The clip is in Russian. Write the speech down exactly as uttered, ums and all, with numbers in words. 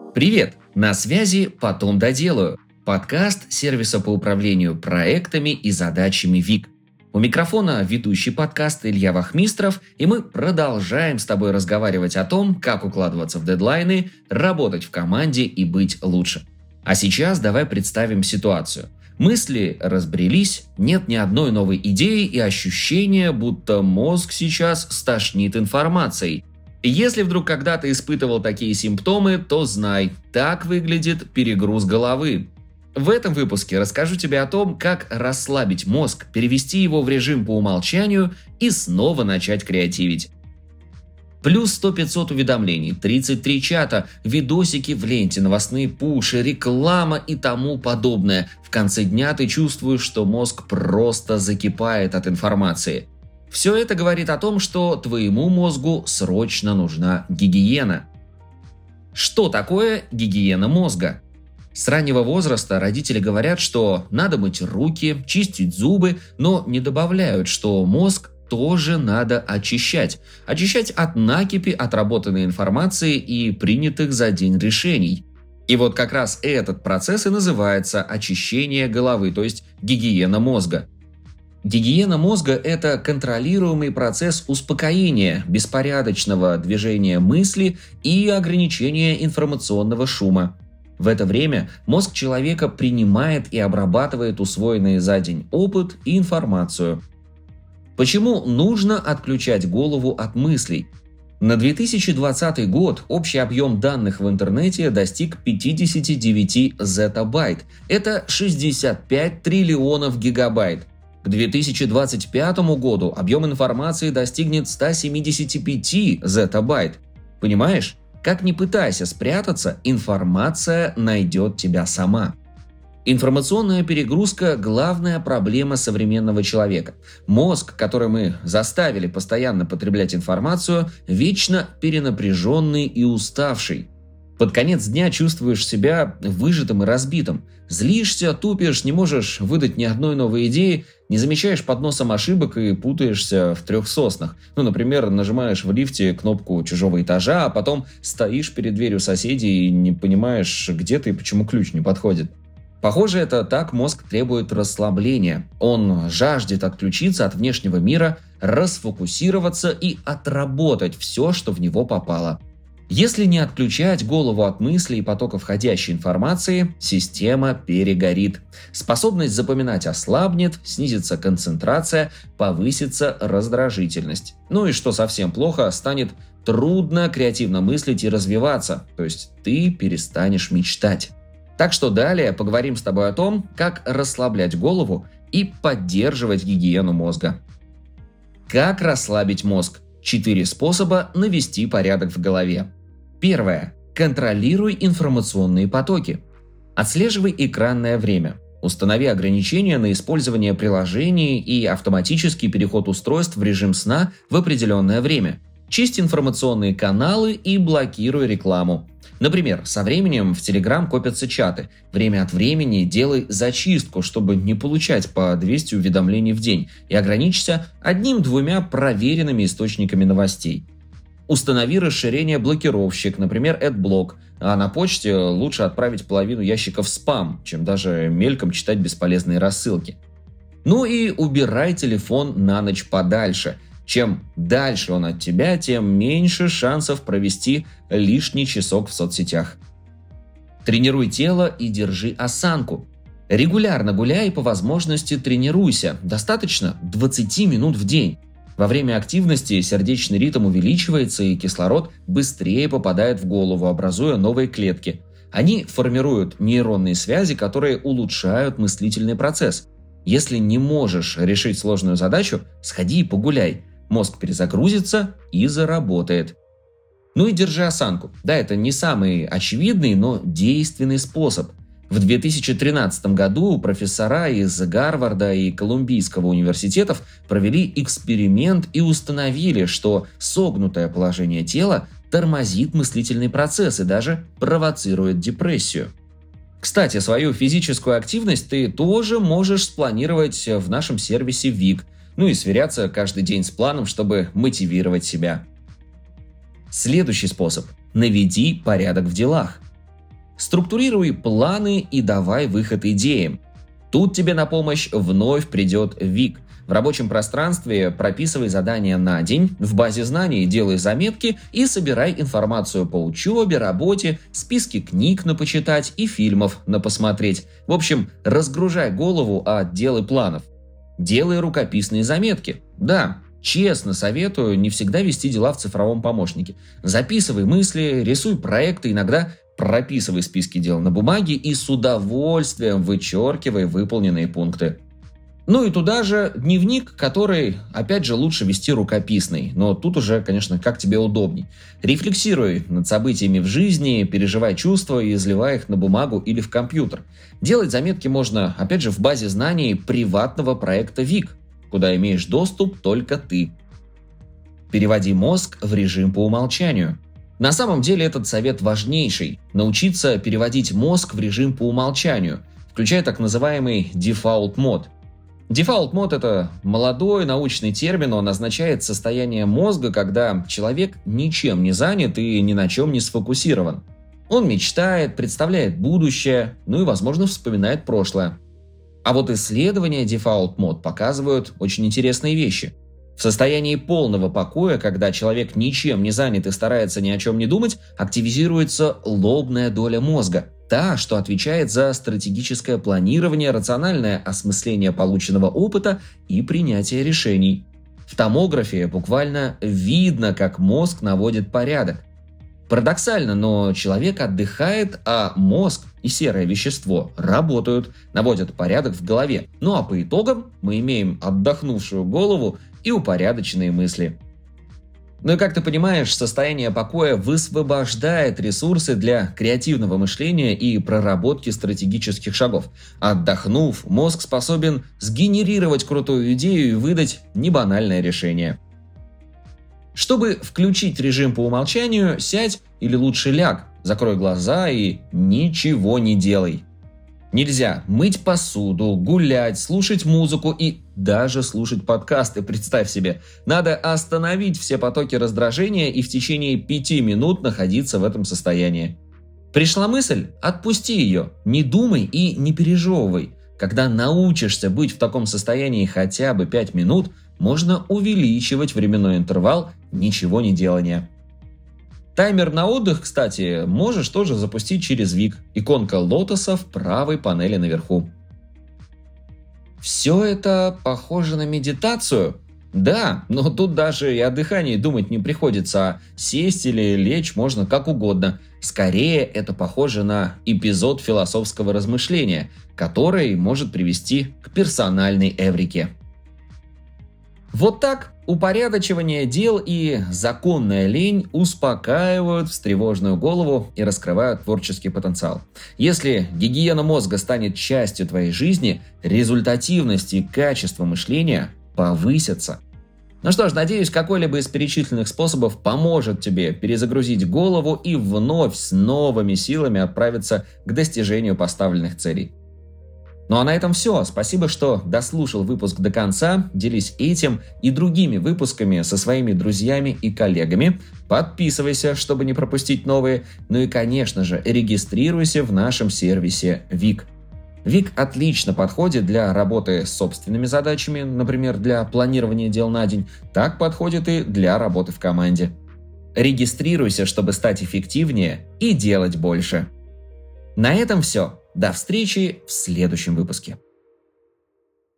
Привет! На связи «Потом доделаю» – подкаст сервиса по управлению проектами и задачами ВИК. У микрофона ведущий подкаста Илья Вахмистров, и мы продолжаем с тобой разговаривать о том, как укладываться в дедлайны, работать в команде и быть лучше. А сейчас давай представим ситуацию. Мысли разбрелись, нет ни одной новой идеи и ощущение, будто мозг сейчас стошнит информацией. Если вдруг когда-то испытывал такие симптомы, то знай, так выглядит перегруз головы. В этом выпуске расскажу тебе о том, как расслабить мозг, перевести его в режим по умолчанию и снова начать креативить. Плюс сто-пятьсот уведомлений, тридцать три чата, видосики в ленте, новостные пуши, реклама и тому подобное. В конце дня ты чувствуешь, что мозг просто закипает от информации. Все это говорит о том, что твоему мозгу срочно нужна гигиена. Что такое гигиена мозга? С раннего возраста родители говорят, что надо мыть руки, чистить зубы, но не добавляют, что мозг тоже надо очищать. Очищать от накипи отработанной информации и принятых за день решений. И вот как раз этот процесс и называется очищение головы, то есть гигиена мозга. Гигиена мозга – это контролируемый процесс успокоения, беспорядочного движения мысли и ограничения информационного шума. В это время мозг человека принимает и обрабатывает усвоенный за день опыт и информацию. Почему нужно отключать голову от мыслей? На две тысячи двадцатый год общий объем данных в интернете достиг пятьдесят девять зеттабайт. Это шестьдесят пять триллионов гигабайт. К две тысячи двадцать пятому году объем информации достигнет ста семидесяти пяти зеттабайт. Понимаешь? Как ни пытайся спрятаться, информация найдет тебя сама. Информационная перегрузка – главная проблема современного человека. Мозг, который мы заставили постоянно потреблять информацию, вечно перенапряженный и уставший. Под конец дня чувствуешь себя выжатым и разбитым. Злишься, тупишь, не можешь выдать ни одной новой идеи, не замечаешь под носом ошибок и путаешься в трех соснах. Ну, например, нажимаешь в лифте кнопку чужого этажа, а потом стоишь перед дверью соседей и не понимаешь, где ты и почему ключ не подходит. Похоже, это так мозг требует расслабления. Он жаждет отключиться от внешнего мира, расфокусироваться и отработать все, что в него попало. Если не отключать голову от мыслей и потока входящей информации, система перегорит. Способность запоминать ослабнет, снизится концентрация, повысится раздражительность. Ну и что совсем плохо, станет трудно креативно мыслить и развиваться, то есть ты перестанешь мечтать. Так что далее поговорим с тобой о том, как расслаблять голову и поддерживать гигиену мозга. Как расслабить мозг? Четыре способа навести порядок в голове. Первое. Контролируй информационные потоки. Отслеживай экранное время. Установи ограничения на использование приложений и автоматический переход устройств в режим сна в определенное время. Чисть информационные каналы и блокируй рекламу. Например, со временем в Telegram копятся чаты. Время от времени делай зачистку, чтобы не получать по двести уведомлений в день, и ограничься одним-двумя проверенными источниками новостей. Установи расширение блокировщик, например, AdBlock, а на почте лучше отправить половину ящиков в спам, чем даже мельком читать бесполезные рассылки. Ну и убирай телефон на ночь подальше. Чем дальше он от тебя, тем меньше шансов провести лишний часок в соцсетях. Тренируй тело и держи осанку. Регулярно гуляй и по возможности тренируйся. Достаточно двадцать минут в день. Во время активности сердечный ритм увеличивается и кислород быстрее попадает в голову, образуя новые клетки. Они формируют нейронные связи, которые улучшают мыслительный процесс. Если не можешь решить сложную задачу, сходи и погуляй. Мозг перезагрузится и заработает. Ну и держи осанку. Да, это не самый очевидный, но действенный способ. В две тысячи тринадцатом году профессора из Гарварда и Колумбийского университетов провели эксперимент и установили, что согнутое положение тела тормозит мыслительный процесс и даже провоцирует депрессию. Кстати, свою физическую активность ты тоже можешь спланировать в нашем сервисе ВИК, ну и сверяться каждый день с планом, чтобы мотивировать себя. Следующий способ – наведи порядок в делах. Структурируй планы и давай выход идеям. Тут тебе на помощь вновь придет Вик. В рабочем пространстве прописывай задания на день, в базе знаний делай заметки и собирай информацию по учебе, работе, списки книг на почитать и фильмов на посмотреть. В общем, разгружай голову от дел и планов. Делай рукописные заметки. Да, честно советую не всегда вести дела в цифровом помощнике. Записывай мысли, рисуй проекты, иногда прописывай списки дел на бумаге и с удовольствием вычеркивай выполненные пункты. Ну и туда же дневник, который, опять же, лучше вести рукописный, но тут уже, конечно, как тебе удобней. Рефлексируй над событиями в жизни, переживай чувства и изливай их на бумагу или в компьютер. Делать заметки можно, опять же, в базе знаний приватного проекта Вик, куда имеешь доступ только ты. Переводи мозг в режим по умолчанию. На самом деле этот совет важнейший – научиться переводить мозг в режим по умолчанию, включая так называемый default mode. Default mode – это молодой научный термин, он означает состояние мозга, когда человек ничем не занят и ни на чем не сфокусирован. Он мечтает, представляет будущее, ну и, возможно, вспоминает прошлое. А вот исследования Default Mode показывают очень интересные вещи. В состоянии полного покоя, когда человек ничем не занят и старается ни о чем не думать, активизируется лобная доля мозга. Та, что отвечает за стратегическое планирование, рациональное осмысление полученного опыта и принятие решений. В томографе буквально видно, как мозг наводит порядок. Парадоксально, но человек отдыхает, а мозг и серое вещество работают, наводят порядок в голове. Ну а по итогам мы имеем отдохнувшую голову и упорядоченные мысли. Ну и как ты понимаешь, состояние покоя высвобождает ресурсы для креативного мышления и проработки стратегических шагов. Отдохнув, мозг способен сгенерировать крутую идею и выдать небанальное решение. Чтобы включить режим по умолчанию, сядь или лучше ляг, закрой глаза и ничего не делай. Нельзя мыть посуду, гулять, слушать музыку и даже слушать подкасты, представь себе. Надо остановить все потоки раздражения и в течение пяти минут находиться в этом состоянии. Пришла мысль? Отпусти ее, не думай и не пережевывай. Когда научишься быть в таком состоянии хотя бы пять минут, можно увеличивать временной интервал ничего не делания. Таймер на отдых, кстати, можешь тоже запустить через Вик. Иконка лотоса в правой панели наверху. Все это похоже на медитацию? Да, но тут даже и о дыхании думать не приходится, а сесть или лечь можно как угодно. Скорее, это похоже на эпизод философского размышления, который может привести к персональной эврике. Вот так упорядочивание дел и законная лень успокаивают встревоженную голову и раскрывают творческий потенциал. Если гигиена мозга станет частью твоей жизни, результативность и качество мышления повысятся. Ну что ж, надеюсь, какой-либо из перечисленных способов поможет тебе перезагрузить голову и вновь с новыми силами отправиться к достижению поставленных целей. Ну а на этом все. Спасибо, что дослушал выпуск до конца. Делись этим и другими выпусками со своими друзьями и коллегами. Подписывайся, чтобы не пропустить новые. Ну и, конечно же, регистрируйся в нашем сервисе Вик. Вик отлично подходит для работы с собственными задачами, например, для планирования дел на день. Так подходит и для работы в команде. Регистрируйся, чтобы стать эффективнее и делать больше. На этом все. До встречи в следующем выпуске.